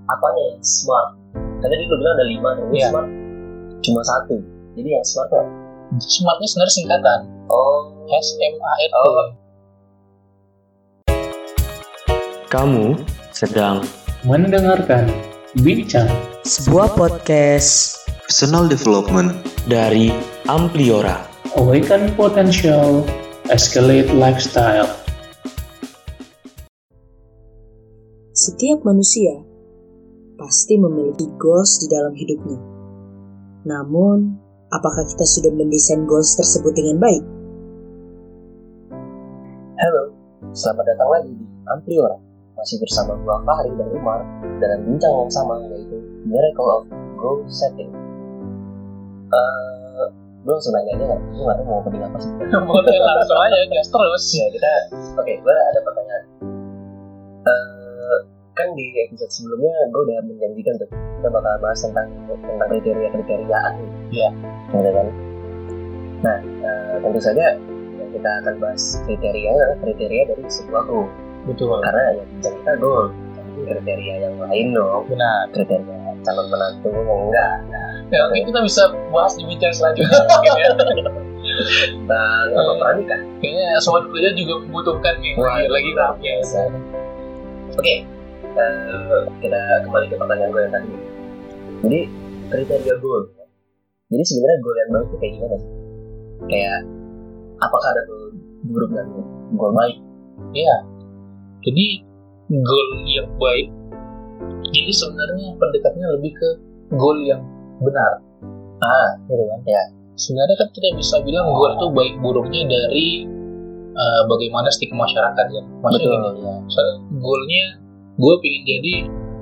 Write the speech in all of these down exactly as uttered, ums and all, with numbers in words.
apanya yang smart? Karena tadi lu bilang ada lima, yang Iya. smart cuma satu. Jadi yang smart apa? Smartnya sebenarnya singkatan. Oh, S M A R T. Oh. Kamu sedang mendengarkan Bincang, sebuah podcast personal development dari Ampliora. Awaken Potential, Escalate Lifestyle. Setiap manusia pasti memiliki goals di dalam hidupnya. Namun, apakah kita sudah mendesain goals tersebut dengan baik? Halo, selamat datang lagi di Ampliora. Masih bersama gua Fahri dan Umar dalam bincang yang sama, yaitu Miracle of Goal Setting. Uh, gue langsung nanya aja nggak? Gue nggak tahu mau opening apa sih. Boleh langsung aja, gas terus. Ya kita, oke, okay, gue ada pertanyaan. Uh, kan di episode sebelumnya gue udah menjanjikan tuh kita bakal bahas tentang tentang kriteria-kriteriaan. Iya. Gitu kan. Nah, uh, tentu saja yang kita akan bahas kriteria adalah kriteria dari sebuah goal. Betul. Karena ya bincang kita goal, tapi kriteria yang lain dong. Benar. Kriteria calon menantu enggak. Ya, oke, kita bisa bahas di bincang selanjutnya mungkin ya. Dan apa pernikah? Kayaknya sobat kuliah juga membutuhkan nih. Wah, lagi lagi rame ya. Oke, uh, kita kembali ke pertanyaan gue yang tadi. Jadi kriteria goal. Jadi sebenarnya goal yang baik itu kayak gimana sih? Kayak apakah ada goal buruk dan goal baik? Iya. Jadi goal yang baik ini sebenarnya pendekatannya lebih ke goal yang benar. Ah, Gitu kan? ya. Sebenarnya kan kita bisa bilang goal itu baik buruknya dari uh, bagaimana stigma masyarakat ya. Maksudnya Betul, gini, ya. misalnya goalnya gue pengen jadi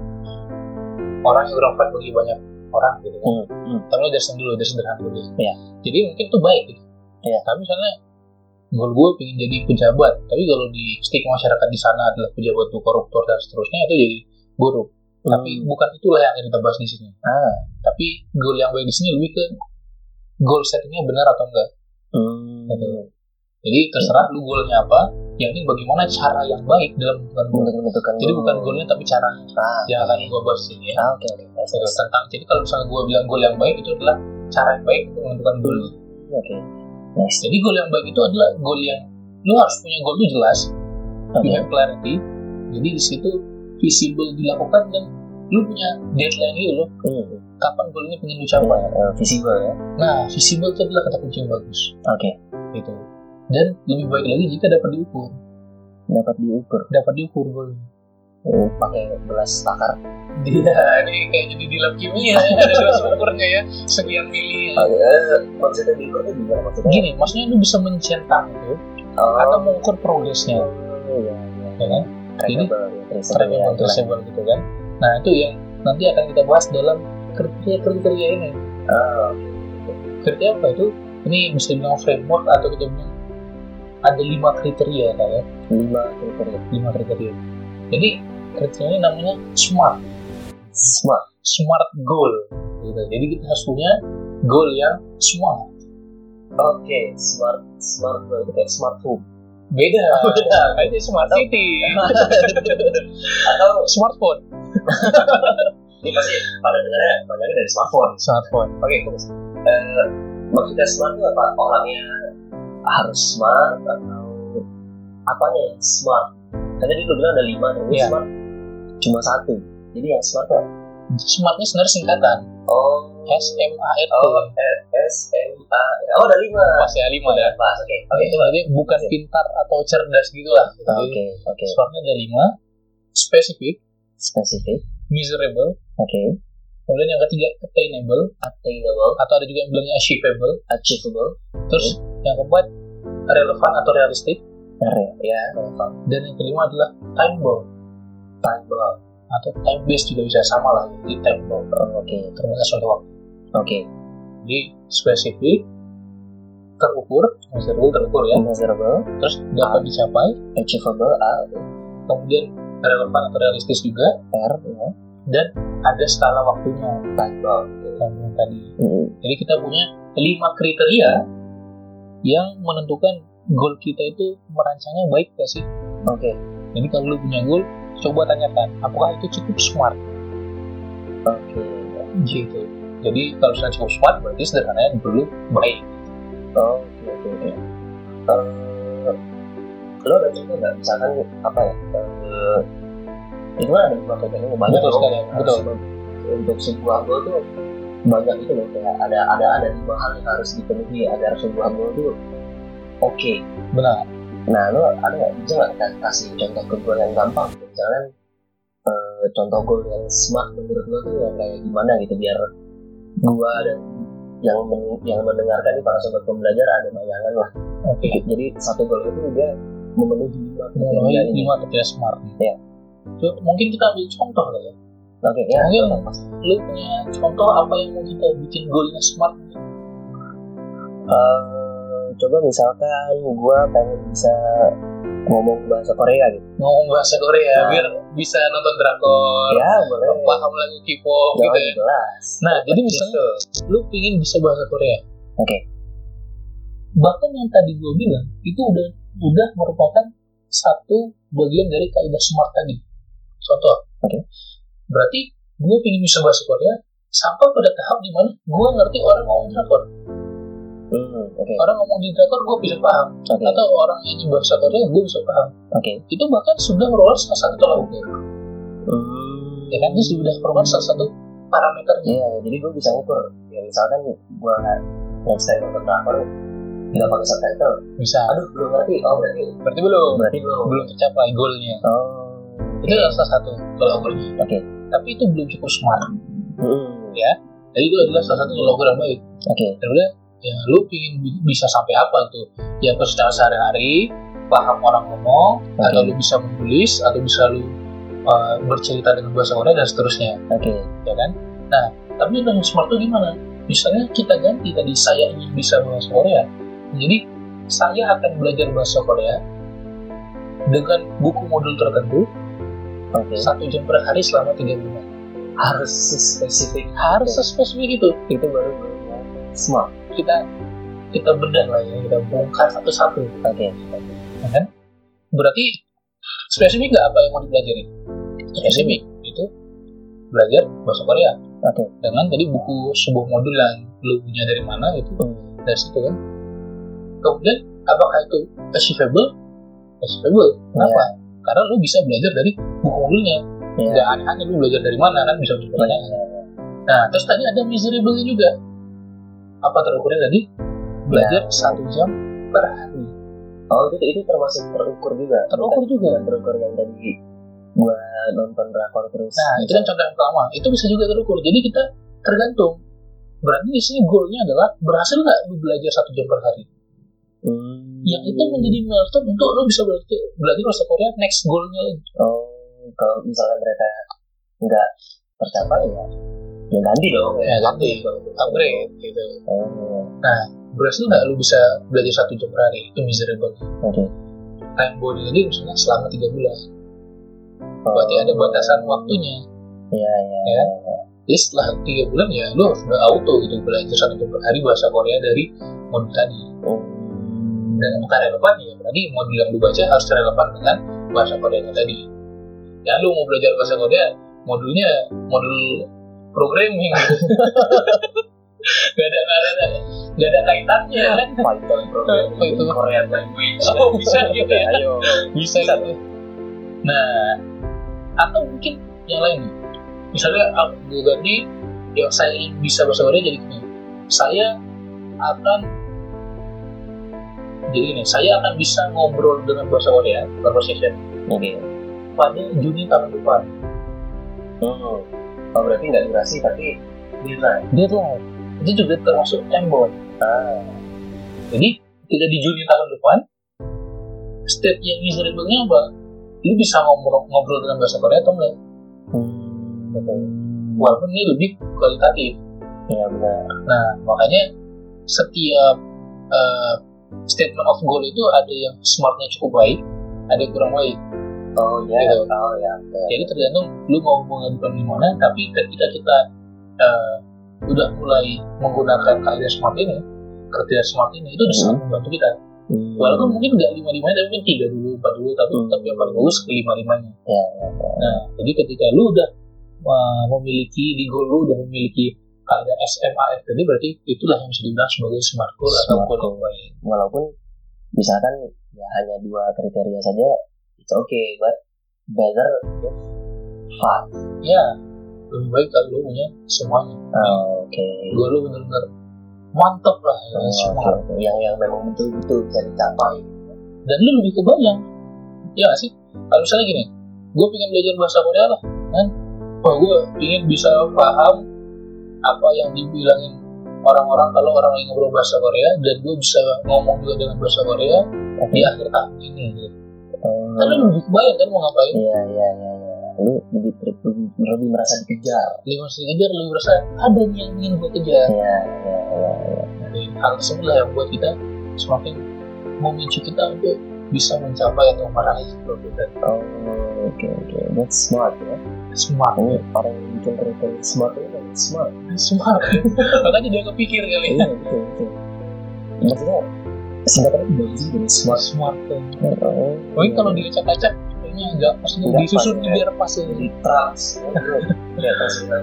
orang yang bermanfaat bagi banyak orang gitu kan. Hmm, hmm. Tapi dari sini dulu, dari sederhana dulu. Iya. Jadi mungkin itu baik gitu. Iya. Tapi misalnya goal gue pengen jadi pejabat, tapi kalau di stigma masyarakat di sana adalah pejabat itu koruptor dan seterusnya, itu jadi buruk. Hmm. Tapi bukan itulah yang kita bahas di sini. Ah, Tapi goal yang baik di sini lebih ke goal settingnya benar atau enggak. hmm. Gitu. Jadi terserah lu goalnya apa, yang penting bagaimana cara yang baik dalam menentukan goal. Untuk menentukan Jadi goal. bukan goalnya tapi caranya. Ah, Yang akan gue bahas di sini ya. ah, oke, oke. Nice, Jadi nice. tentang jadi kalau misalnya gue bilang goal yang baik itu adalah cara yang baik untuk menentukan goal. Oke. Nice. Jadi goal yang baik itu adalah goal yang lu harus punya goal itu jelas, you have clarity. Jadi di situ visible dilakukan dan lu punya deadline gitu loh. Hmm. Kapan goal ini pengen lu capai? Uh, visible ya. Nah, visible itu adalah kata kunci yang bagus. Oke. Gitu. Dan lebih baik lagi jika dapat diukur. Dapat diukur. Dapat diukur goalnya. Oh, pakai gelas takar. Dia ini kayak jadi di lab kimia ya, ada gelas ukurnya ya, sekian mili. Oh, ya. Maksudnya diukurnya gimana maksudnya? Gini, maksudnya lu bisa mencentang itu Oh, atau mengukur progresnya, oh, iya, iya. ya kan? Jadi, Trackable, trackable, traceable gitu kan. Nah, itu yang nanti akan kita bahas dalam kriteria-kriteria ini. Oh, Kriteria apa itu? Ini bisa dibilang framework atau kita bilang ada lima kriteria kan ya, lima kriteria. lima kriteria. Jadi kriteria ini namanya SMART, Smart. SMART goal. Gitu. Jadi kita harus punya goal yang smart. Oke, smart, smart goal itu kayak smart home. Beda, Beda. Kayaknya smart city, Atau smartphone, ini pasti pada dengarnya banyaknya dari smartphone. smartphone. Oke, terus uh, maksudnya smart itu apa? Orangnya harus smart atau apanya yang smart? Karena tadi lu bilang ada lima, yang Iya. smart cuma satu. Jadi yang smart apa? Smartnya sebenarnya singkatan Oh, S M A R T. oh, S M A. Oh, ada lima. Masih ada lima ya. Pas, oke. Oke, coba. Jadi bukan pintar atau cerdas gitu lah. Jadi Oke, oke. smartnya ada lima. Spesifik, Spesifik. measurable, Oke. kemudian yang ketiga attainable, Attainable. atau ada juga yang bilangnya achievable. Achievable. Terus yang keempat relevan atau realistik, Area. Ya, relevan. dan yang kelima adalah time bound Time bound. atau time based juga bisa sama lah. Jadi time bound Oh, oke. terbatas oleh waktu. Oke. Jadi spesifik, terukur, measurable terukur ya, Measurable. terus dapat dicapai, Achievable. A. kemudian relevan atau realistis juga, R. Ya. dan ada skala waktunya Time bound. yang bilang tadi. Mm-hmm. Jadi kita punya lima kriteria yang menentukan goal kita itu merancangnya baik gak sih? Oke. Jadi kalau lu punya goal, coba tanyakan apakah itu cukup smart. Oke. gitu. Jadi kalau sudah cukup smart berarti sederhananya dulu baik. Oh, oke oke oke. Eh, lo ada contoh nggak misalkan apa ya? Eh, itu kan ada beberapa contohnya banyak Betul loh. sekali, betul. Harus- Untuk sebuah gol tuh banyak itu loh, kayak ada ada ada lima hal yang harus dipenuhi agar sebuah gol tuh oke. Benar. Nah, lo ada nggak bisa nggak kita kasih contoh ke gol yang gampang? Misalnya eh, contoh gol yang smart menurut lo tuh yang kayak gimana gitu biar gua dan yang men- yang mendengarkan ini para sobat pembelajar ada bayangan lah. Oke. Jadi satu gol itu dia memenuhi lima kriteria Mulai ini. lima kriteria smart. Iya. So, mungkin kita ambil contoh lah ya. Oke ya. Mungkin contoh pas. lu punya contoh apa yang mau kita bikin goalnya smart? Eh, coba misalkan gua pengen bisa ngomong bahasa Korea gitu. Ngomong bahasa Korea Nah. biar bisa nonton drakor, Ya boleh. paham lagu K-pop Jangan gitu ya. jelas. Nah, jadi misalnya lu pingin bisa bahasa Korea. Oke. Bahkan yang tadi gue bilang itu udah udah merupakan satu bagian dari kaidah smart tadi. Contoh. Oke. Berarti gue pingin bisa bahasa Korea sampai pada tahap di mana gue ngerti orang ngomong drakor. Hmm, oke. Orang ngomong di drakor gue bisa paham. Oke. Atau orang nyanyi bahasa Korea gue bisa paham. Oke. Itu bahkan sudah merupakan salah satu tolak ukur. Hmm. Ya kan, itu sudah merupakan salah satu parameternya. Iya, jadi gue bisa ngukur. Ya misalkan gue next time nonton drakor nggak pakai subtitle. Bisa. Aduh, belum ngerti. Oh berarti Berarti belum. berarti belum. Belum tercapai goalnya. Oh. Itu adalah salah satu tolak ukurnya. Oke. Tapi itu belum cukup smart. Hmm. Ya. Jadi itu adalah salah satu tolak ukur yang baik. Oke. Dan udah, ya lu pingin bi- bisa sampai apa tuh? Ya pas secara sehari-hari paham orang ngomong, Oke. atau lu bisa menulis, atau bisa lu uh, bercerita dengan bahasa Korea dan seterusnya, Oke. ya kan? Nah, tapi dengan smart tuh gimana? Misalnya kita ganti tadi saya ingin bisa bahasa Korea, jadi saya akan belajar bahasa Korea dengan buku modul tertentu Oke. satu jam per hari selama tiga bulan. Harus spesifik. Harus spesifik itu. Itu baru baru smart. Kita kita bedah lah ya, kita bongkar satu-satu. Oke. Ya kan? Berarti spesifik nggak apa yang mau dipelajari? Spesifik itu belajar bahasa Korea Oke. dengan tadi buku sebuah modul yang lu punya dari mana itu Hmm. dari situ kan. Kemudian apakah itu achievable? Achievable. Kenapa? Karena lu bisa belajar dari buku modulnya. Iya. Nggak aneh-aneh lu belajar dari mana kan bisa untuk pertanyaan. Nah, terus tadi ada miserable-nya juga. Apa terukurnya tadi? Belajar satu jam per hari. Oh itu itu termasuk terukur juga. Terukur juga. Bukan terukur yang tadi gua nonton drakor terus. Nah, itu kan contoh yang pertama. Itu bisa juga terukur. Jadi kita tergantung. Berarti di sini goalnya adalah berhasil nggak lu belajar satu jam per hari? Hmm. Yang itu menjadi milestone untuk lu bisa belajar, belajar bahasa Korea next goalnya lagi. Oh kalau misalkan mereka nggak tercapai ya ya ganti dong. Ya ganti, upgrade gitu. Oh. Berhasil nggak lu bisa belajar satu jam per hari? Itu miserable. Oke. Time bound lagi misalnya selama tiga bulan. Oh. Berarti ada batasan waktunya. Iya iya. Ya. iya. Jadi setelah tiga bulan ya lu harus udah auto gitu belajar satu jam per hari bahasa Korea dari modul tadi. Oh. Dan apakah relevan ya? Berarti modul yang lu baca harus relevan dengan bahasa Korea tadi. Ya lu mau belajar bahasa Korea, modulnya modul programming gitu. Gak ada, gak ada, gak ada kaitannya kan? Python programming Apa itu? Korean language. Oh bisa gitu ya? Ayo. Bisa gitu. Nah, atau mungkin yang lain nih. Misalnya gue ganti yang saya ingin bisa bahasa Korea jadi gini. Saya akan jadi gini, saya akan bisa ngobrol dengan bahasa Korea conversation Oke. pada Juni tahun depan. Hmm. Oh berarti nggak durasi tapi deadline. Deadline itu juga termasuk time bound. Ah. Jadi tidak di Juni tahun depan, step yang miserable-nya apa? Lu bisa ngobrol ngobrol dengan bahasa Korea atau enggak? Hmm. Betul. Walaupun ini lebih kualitatif. Iya benar. Nah, makanya setiap uh, statement of goal itu ada yang smartnya cukup baik, ada yang kurang baik. Oh iya. Gitu. Oh ya. Oke. Jadi tergantung lu mau mengajukan di mana, tapi ketika kita uh, udah mulai menggunakan kaidah smart ini, kriteria smart ini, itu bisa Hmm. membantu kita. Hmm. Walaupun mungkin nggak lima-limanya, tapi mungkin tiga dulu, empat dulu, tapi Hmm. tetap yang paling bagus ke lima-limanya. Ya, ya, ya. Nah, jadi ketika lu udah uh, memiliki di goal lu udah memiliki ada S M A F tadi, berarti itulah yang bisa dibilang sebagai smart goal atau Smart goal goal. yang baik. Walaupun misalkan ya hanya dua kriteria saja, it's okay, but better if five. Ya, lebih baik kalau lu punya semuanya. Oh, oke. Goal lu benar-benar mantap lah, ya, Oh, smart. oke, oke. Yang yang memang betul-betul bisa dicapai. Dan lu lebih kebayang, ya nggak sih? Kalau misalnya gini, gue pengen belajar bahasa Korea lah, kan? Wah, gue pengen bisa paham apa yang dibilangin orang-orang kalau orang lagi ngobrol bahasa Korea, dan gue bisa ngomong juga dengan bahasa Korea di akhir tahun ini. Gitu. Oh, Kan lu lebih kebayang kan mau ngapain? iya, iya, iya, iya. Lu lebih, lebih, lebih merasa dikejar. Lebih merasa dikejar, lebih merasa ada nih yang ingin gue kejar. Iya, iya, iya, iya. Jadi hal tersebut lah yang buat kita semakin memicu kita untuk bisa mencapai atau meraih goal kita. Oh, oke, oke. That's smart ya. Smart, Ini orang yang bikin kriteria smart itu kan smart. smart. Makanya dia kepikir kali. Iya, betul, betul. Maksudnya, singkatannya bagus sih dari smart. Smart tuh. Oh, Mungkin kalau diacak-acak kayaknya enggak pas, Nggak disusun pas, ya. biar pas ya. di trans, ya, bro. Di atas kita.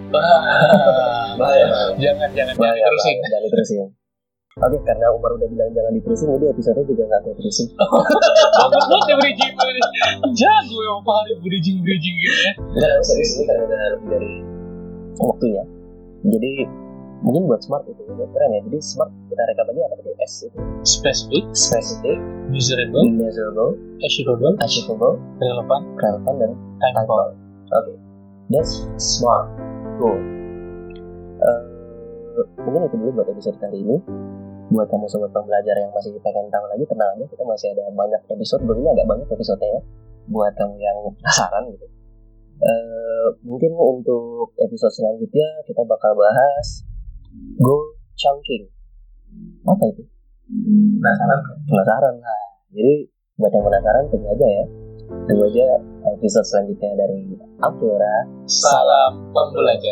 Wah, Bahaya. jangan jangan jangan Bahaya, terusin. bahaya. Jangan diterusin. Oke, karena Umar udah bilang jangan diterusin, jadi episode juga nggak gue terusin. Bagus banget ya bridging ini. Jago yang paham bridging bridging gitu ya. Enggak, aku serius ini karena udah lebih dari waktunya. Jadi mungkin buat smart itu ya, keren ya. Jadi smart kita rekap lagi apa tadi? S itu Specific, specific, measurable, measurable, achievable, achievable, relevant, relevant, dan time time bound. bound. Oke, that's smart goal. Uh, mungkin itu dulu buat episode kali ini. Buat kamu sobat pembelajar yang masih pengen tahu lagi, tenang aja, kita masih ada banyak episode. Ini agak banyak episodenya ya, buat kamu yang penasaran gitu. Uh, mungkin untuk episode selanjutnya kita bakal bahas goal chunking. Apa itu? Penasaran? Penasaran lah. Jadi buat yang penasaran tunggu aja ya. Tunggu aja episode selanjutnya dari Ampliora. Salam pembelajar.